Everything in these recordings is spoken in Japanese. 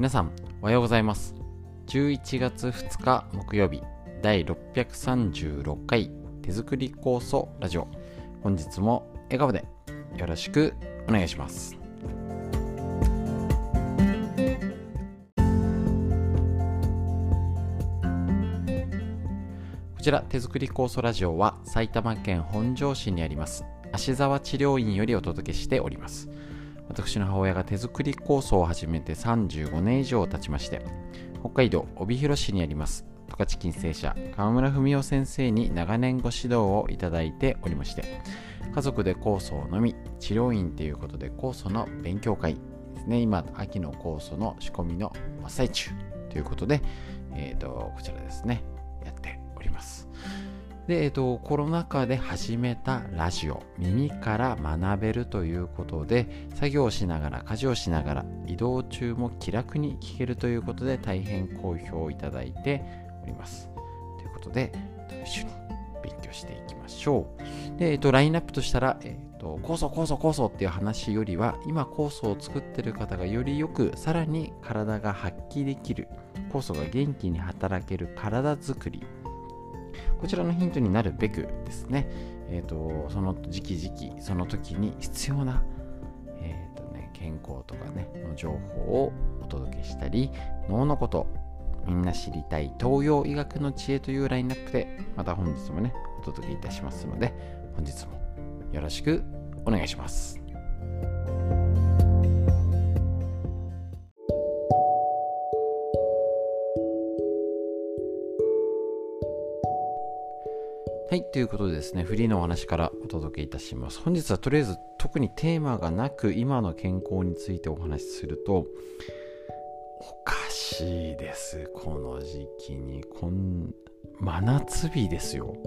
皆さんおはようございます。11月2日木曜日第636回手作り酵素ラジオ、本日も笑顔でよろしくお願いします。こちら手作り酵素ラジオは埼玉県本庄市にあります芦沢治療院よりお届けしております。私の母親が手作り酵素を始めて35年以上経ちまして、北海道帯広市にあります十勝金星社川村文夫先生に長年ご指導をいただいておりまして、家族で酵素を飲み治療院ということで酵素の勉強会ですね。今秋の酵素の仕込みの真っ最中ということで、こちらですねやっております。で、コロナ禍で始めたラジオ、耳から学べるということで、作業をしながら家事をしながら移動中も気楽に聞けるということで大変好評をいただいております。ということで一緒に勉強していきましょう。で、ラインナップとしたら、酵素っていう話よりは、今酵素を作ってる方がよりよくさらに体が発揮できる、酵素が元気に働ける体づくり、こちらのヒントになるべくですね、その時期その時に必要な、健康とかねの情報をお届けしたり、脳のこと、みんな知りたい東洋医学の知恵というラインナップでまた本日もねお届けいたしますので、本日もよろしくお願いします。はい、ということでですね、フリーのお話からお届けいたします。本日はとりあえず特にテーマがなく、今の健康についてお話しすると、おかしいです。この時期に真夏日ですよ。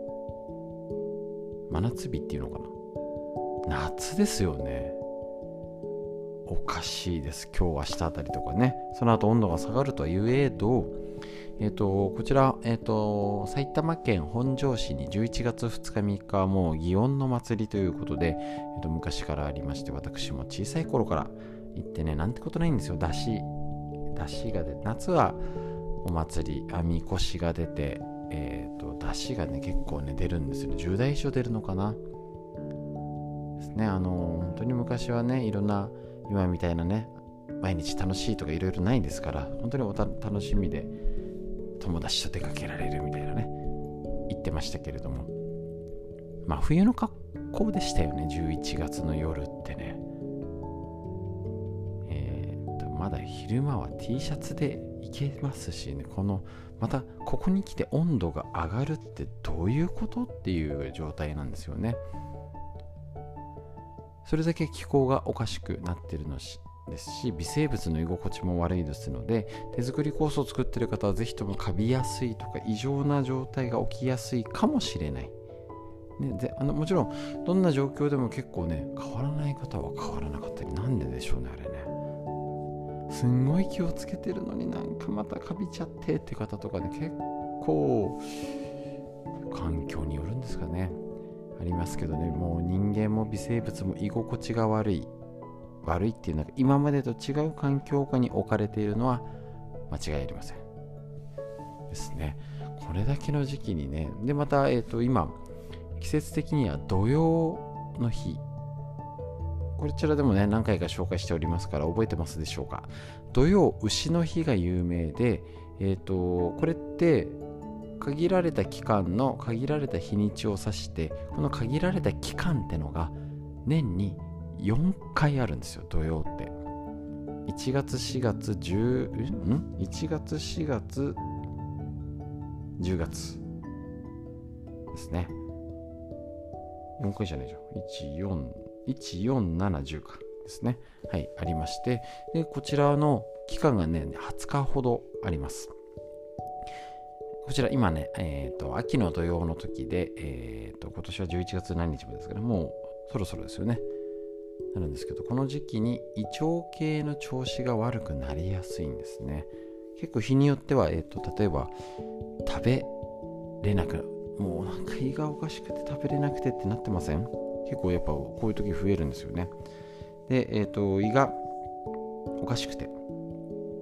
真夏日っていうのかな、夏ですよね。おかしいです。今日明日あたりとかね、その後温度が下がるとは言えど、こちら、埼玉県本庄市に11月2日3日はもう祇園の祭りということで、昔からありまして、私も小さい頃から行ってね、なんてことないんですよ。出汁が出て、夏はお祭り、みこしが出て、出汁がね結構ね出るんですよ。10台以上出るのかなですね。本当に昔はね、いろんな今みたいなね毎日楽しいとかいろいろないですから、本当に楽しみで友達と出かけられるみたいなね言ってましたけれども、まあ冬の格好でしたよね。11月の夜ってね、まだ昼間は T シャツでいけますしね、またここに来て温度が上がるってどういうことっていう状態なんですよね。それだけ気候がおかしくなってるのですし、微生物の居心地も悪いですので、手作り酵素を作っている方はぜひともカビやすいとか異常な状態が起きやすいかもしれない、ね、もちろんどんな状況でも結構ね変わらない方は変わらなかったり、なんででしょうね。あれね、すんごい気をつけてるのになんかまたカビちゃってって方とかね、結構環境によるんですかね、ありますけどね。もう人間も微生物も居心地が悪いっていうのは、今までと違う環境下に置かれているのは間違いありませんですね。これだけの時期にね、でまた、今季節的には土曜の日、こちらでもね何回か紹介しておりますから覚えてますでしょうか。土曜牛の日が有名で、これって限られた期間の限られた日にちを指して、この限られた期間ってのが年に4回あるんですよ。土曜って1月4月1月4月10月ですね。4回じゃないじゃん。14710かですね。はい、ありまして、でこちらの期間がね20日ほどあります。こちら今ね、秋の土曜の時で、今年は11月何日までですから、もうそろそろですよね。なるんですけど、この時期に胃腸系の調子が悪くなりやすいんですね。結構日によっては、例えば食べれなく、もうなんか胃がおかしくて食べれなくてってなってません？結構やっぱこういう時増えるんですよね。で、胃がおかしくて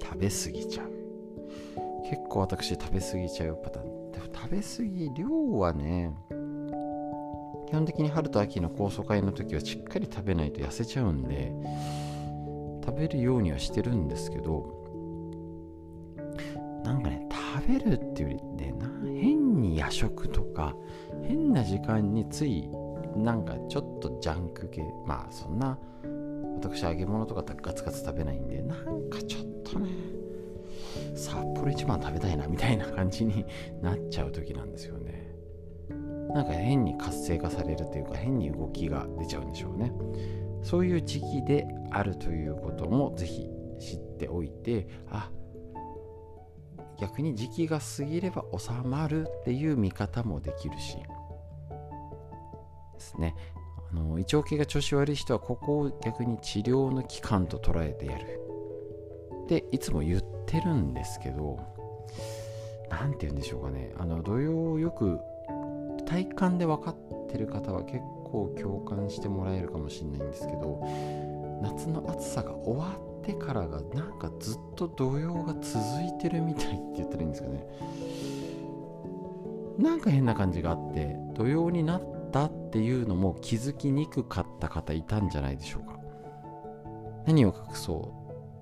食べ過ぎちゃう。結構私食べ過ぎちゃうパターン。でも食べ過ぎ量はね、基本的に春と秋の酵素会の時はしっかり食べないと痩せちゃうんで、食べるようにはしてるんですけど、なんかね、食べるっていうよりね、変に夜食とか変な時間についなんかちょっとジャンク系、まあそんな私揚げ物とかガツガツ食べないんで、なんかちょっとね、札幌一番食べたいなみたいな感じになっちゃう時なんですよね。なんか変に活性化されるというか、変に動きが出ちゃうんでしょうね。そういう時期であるということもぜひ知っておいて、逆に時期が過ぎれば収まるっていう見方もできるしですね。胃腸系が調子悪い人はここを逆に治療の期間と捉えてやるっていつも言ってるんですけど、なんて言うんでしょうかね、土曜よく体感で分かってる方は結構共感してもらえるかもしれないんですけど、夏の暑さが終わってからがなんかずっと土曜が続いてるみたいって言ったらいいんですかね。なんか変な感じがあって、土曜になったっていうのも気づきにくかった方いたんじゃないでしょうか。何を隠そう、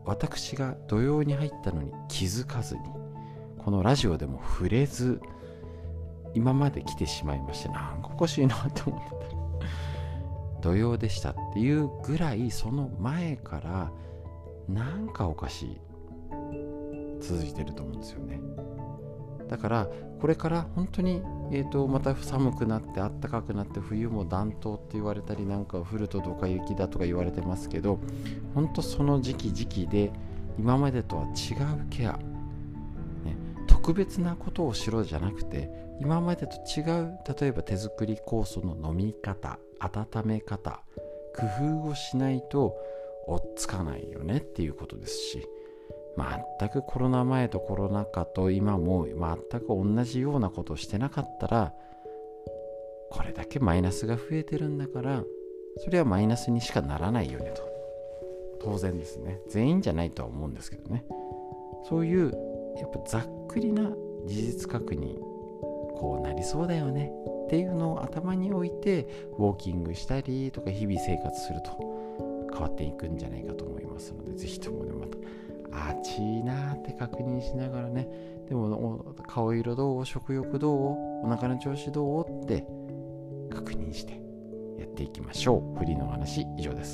私が土曜に入ったのに気づかずに、このラジオでも触れず今まで来てしまいまして、なんかおかしいなって思ってたら土曜でしたっていうぐらい、その前からなんかおかしい続いてると思うんですよね。だからこれから本当に、また寒くなって暖かくなって、冬も暖冬って言われたり、なんか降るとどか雪だとか言われてますけど、本当その時期で今までとは違うケア、ね、特別なことをしろじゃなくて、今までと違う、例えば手作り酵素の飲み方、温め方、工夫をしないと追っつかないよねっていうことですし、全くコロナ前とコロナ禍と今も全く同じようなことをしてなかったら、これだけマイナスが増えてるんだから、それはマイナスにしかならないよねと。当然ですね。全員じゃないとは思うんですけどね。そういうやっぱざっくりな事実確認、こうなりそうだよねっていうのを頭に置いてウォーキングしたりとか日々生活すると変わっていくんじゃないかと思いますので、ぜひともね、また暑いなーって確認しながらね、でも顔色どう、食欲どう、お腹の調子どうって確認してやっていきましょう。フリーのお話以上です。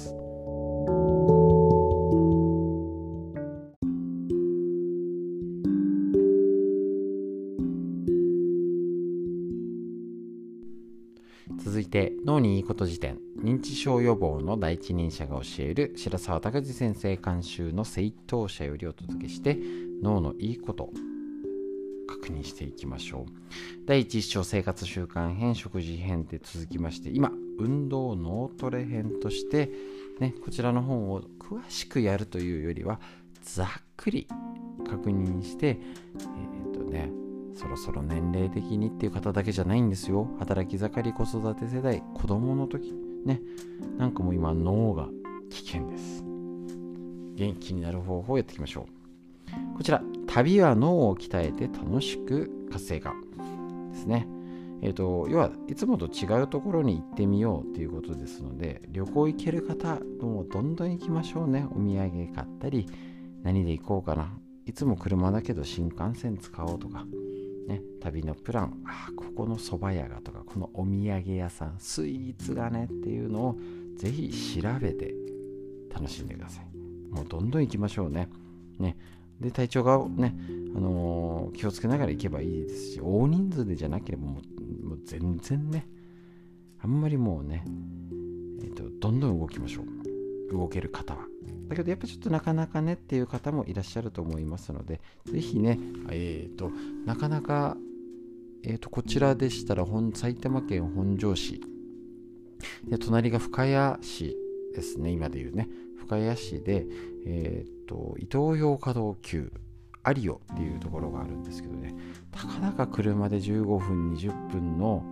続いて、脳にいいこと辞典、認知症予防の第一人者が教える白澤拓司先生監修の正当者よりお届けして、脳のいいこと確認していきましょう。第一章生活習慣編、食事編で続きまして、今運動脳トレ編として、こちらの本を詳しくやるというよりはざっくり確認して、そろそろ年齢的にっていう方だけじゃないんですよ。働き盛り、子育て世代、子供の時なんかもう今脳が危険です。元気になる方法をやっていきましょう。こちら、旅は脳を鍛えて楽しく活性化ですね。要はいつもと違うところに行ってみようということですので、旅行行ける方もうどんどん行きましょうね。お土産買ったり、何で行こうかな、いつも車だけど新幹線使おうとか旅のプラン、ここの蕎麦屋がとか、このお土産屋さん、スイーツがねっていうのをぜひ調べて楽しんでください。もうどんどん行きましょうね。で、体調が気をつけながら行けばいいですし、大人数でじゃなければもう全然あんまりもうどんどん動きましょう。動ける方は。だけどやっぱちょっとなかなかねっていう方もいらっしゃると思いますので、ぜひなかなかこちらでしたら埼玉県本庄市で、隣が深谷市ですね。今でいう深谷市でイトーヨーカドー級アリオっていうところがあるんですけどね、たかだか車で15分20分の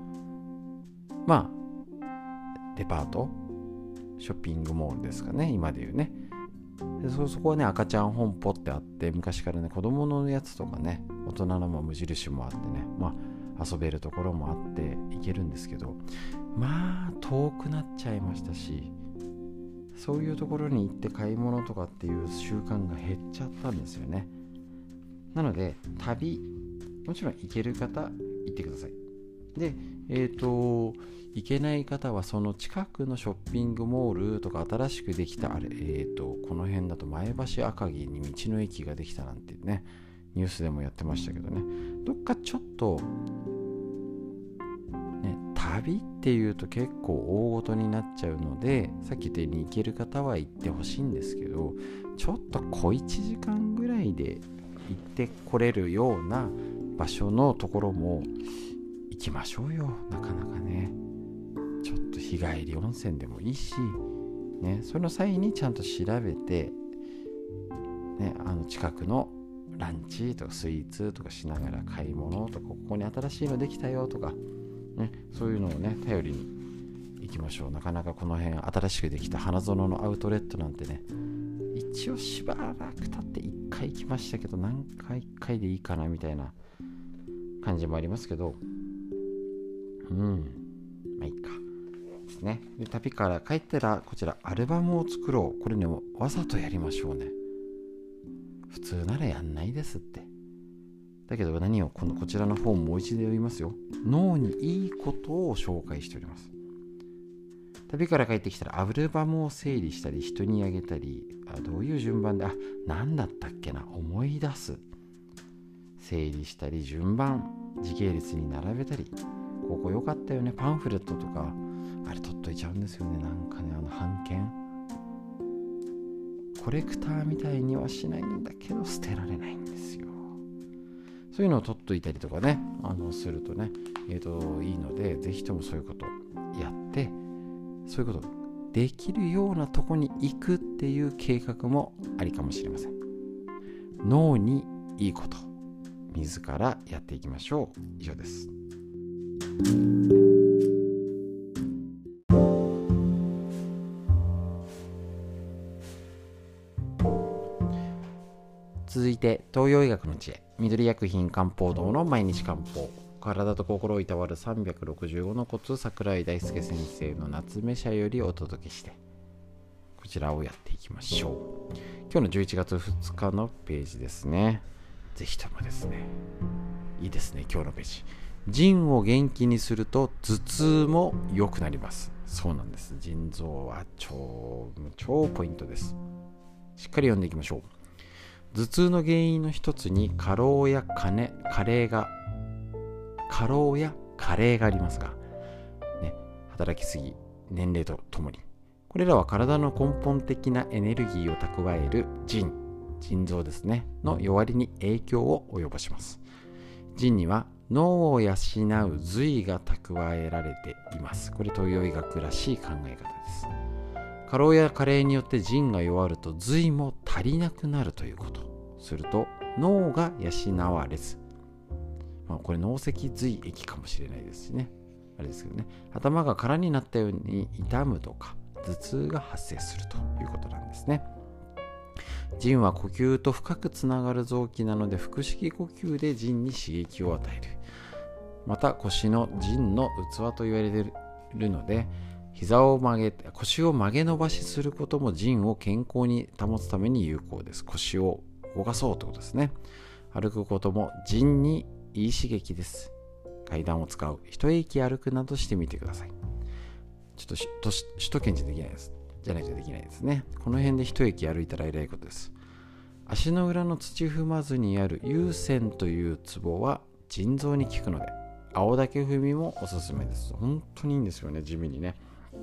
デパートショッピングモールですかね、今でいうでそこはね赤ちゃん本舗ってあって、昔からね子供のやつとかね大人の無印もあってね、遊べるところもあって行けるんですけど、遠くなっちゃいましたし、そういうところに行って買い物とかっていう習慣が減っちゃったんですよね。なので旅、もちろん行ける方行ってください。で行けない方はその近くのショッピングモールとか、新しくできたこの辺だと前橋赤城に道の駅ができたなんてね、ニュースでもやってましたけどね、どっかちょっとね、旅っていうと結構大ごとになっちゃうので、さっき言ったように行ける方は行ってほしいんですけど、ちょっと小1時間ぐらいで行ってこれるような場所のところも行きましょうよ。なかなかね、ちょっと日帰り温泉でもいいし、ね、その際にちゃんと調べて、ね、近くのランチとかスイーツとかしながら買い物とか、ここに新しいのできたよとか、ね、そういうのをね頼りに行きましょう。なかなかこの辺新しくできた花園のアウトレットなんてね、一応しばらく経って1回行きましたけど、何回1回でいいかなみたいな感じもありますけど、いいかですね。で旅から帰ったらこちらアルバムを作ろう。これねわざとやりましょうね。普通ならやんないですって。だけど何をこちらのフォームもう一度読みますよ。脳にいいことを紹介しております。旅から帰ってきたらアルバムを整理したり、人にあげたり、どういう順番で何だったっけな、思い出す、整理したり、順番時系列に並べたり、ここ良かったよね、パンフレットとかあれ取っといちゃうんですよね。なんかね、版権コレクターみたいにはしないんだけど捨てられないんですよ。そういうのを取っといたりとかね、するとね、いいので、ぜひともそういうことやって、そういうことできるようなとこに行くっていう計画もありかもしれません。脳にいいこと自らやっていきましょう。以上です。続いて東洋医学の知恵、緑薬品漢方堂の毎日漢方、体と心をいたわる365のコツ、桜井大輔先生の夏目社よりお届けして、こちらをやっていきましょう。今日の11月2日のページですね。ぜひともですね、いいですね。今日のページ、腎を元気にすると頭痛も良くなります。そうなんです。腎臓は超ポイントです。しっかり読んでいきましょう。頭痛の原因の一つに過労や加齢がありますが、ね、働きすぎ、年齢とともに、これらは体の根本的なエネルギーを蓄える腎臓ですねの弱りに影響を及ぼします。腎には脳を養う髄が蓄えられています。これ東洋医学らしい考え方です。過労や加齢によって腎が弱ると髄も足りなくなるということ。すると脳が養われず、これ脳脊髄液かもしれないですしね、あれですけどね、頭が空になったように痛むとか頭痛が発生するということなんですね。腎は呼吸と深くつながる臓器なので、腹式呼吸で腎に刺激を与える。また腰の腎の器と言われているので、腰を曲げ伸ばしすることも腎を健康に保つために有効です。腰を動かそうということですね。歩くことも腎にいい刺激です。階段を使う、一息歩くなどしてみてください。ちょっと首都圏じゃできないです。じゃないとできないですね。この辺で一息歩いたら偉いことです。足の裏の土踏まずにある有泉というツボは腎臓に効くので、青竹踏みもおすすめです。本当にいいんですよね、地味にね。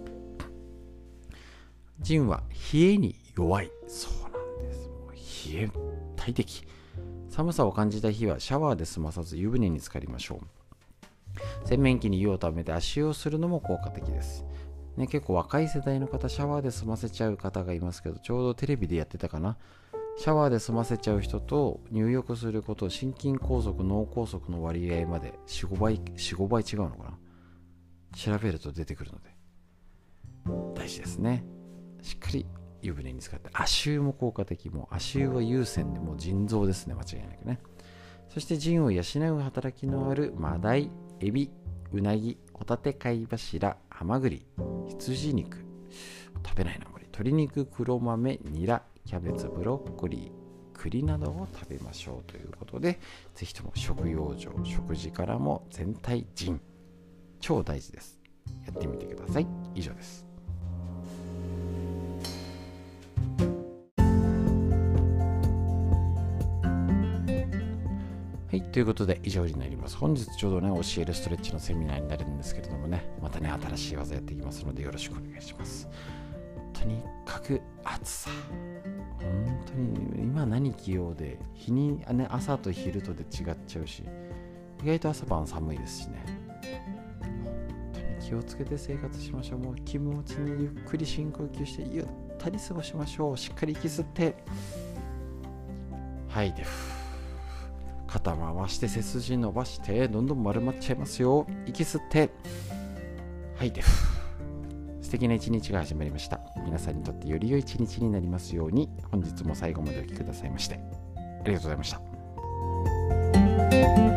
腎は冷えに弱い。そうなんです。もう冷え大敵。寒さを感じた日はシャワーで済まさず湯船に浸かりましょう。洗面器に湯をためて足湯をするのも効果的です。ね、結構若い世代の方、シャワーで済ませちゃう方がいますけど、ちょうどテレビでやってたかな。シャワーで済ませちゃう人と入浴すること、心筋梗塞、脳梗塞の割合まで 4,5 倍違うのかな。調べると出てくるので大事ですね。しっかり湯船に使って、足湯も効果的。もう足湯は有線でもう腎臓ですね、間違いなくね。そして腎を養う働きのあるマダイ、エビ、ウナギ、ホタテ、貝柱、ハマグリ、羊肉、食べないなこれ、鶏肉、黒豆、ニラ、キャベツ、ブロッコリー、栗などを食べましょうということで、ぜひとも食用上、食事からも全体腎、超大事です。やってみてください。以上です。はい、ということで以上になります。本日ちょうどね、教えるストレッチのセミナーになるんですけれどもね、またね、新しい技やっていきますのでよろしくお願いします。とにかく暑さ。本当に今何着ようで、日に、ね、朝と昼とで違っちゃうし、意外と朝晩寒いですしね。本当に気をつけて生活しましょう。もう気持ちにゆっくり深呼吸してゆったり過ごしましょう。しっかり息吸って吐いて、肩回して背筋伸ばしてどんどん丸まっちゃいますよ。息吸って吐いて、素敵な一日が始まりました。皆さんにとってより良い一日になりますように。本日も最後までお聞きくださいましてありがとうございました。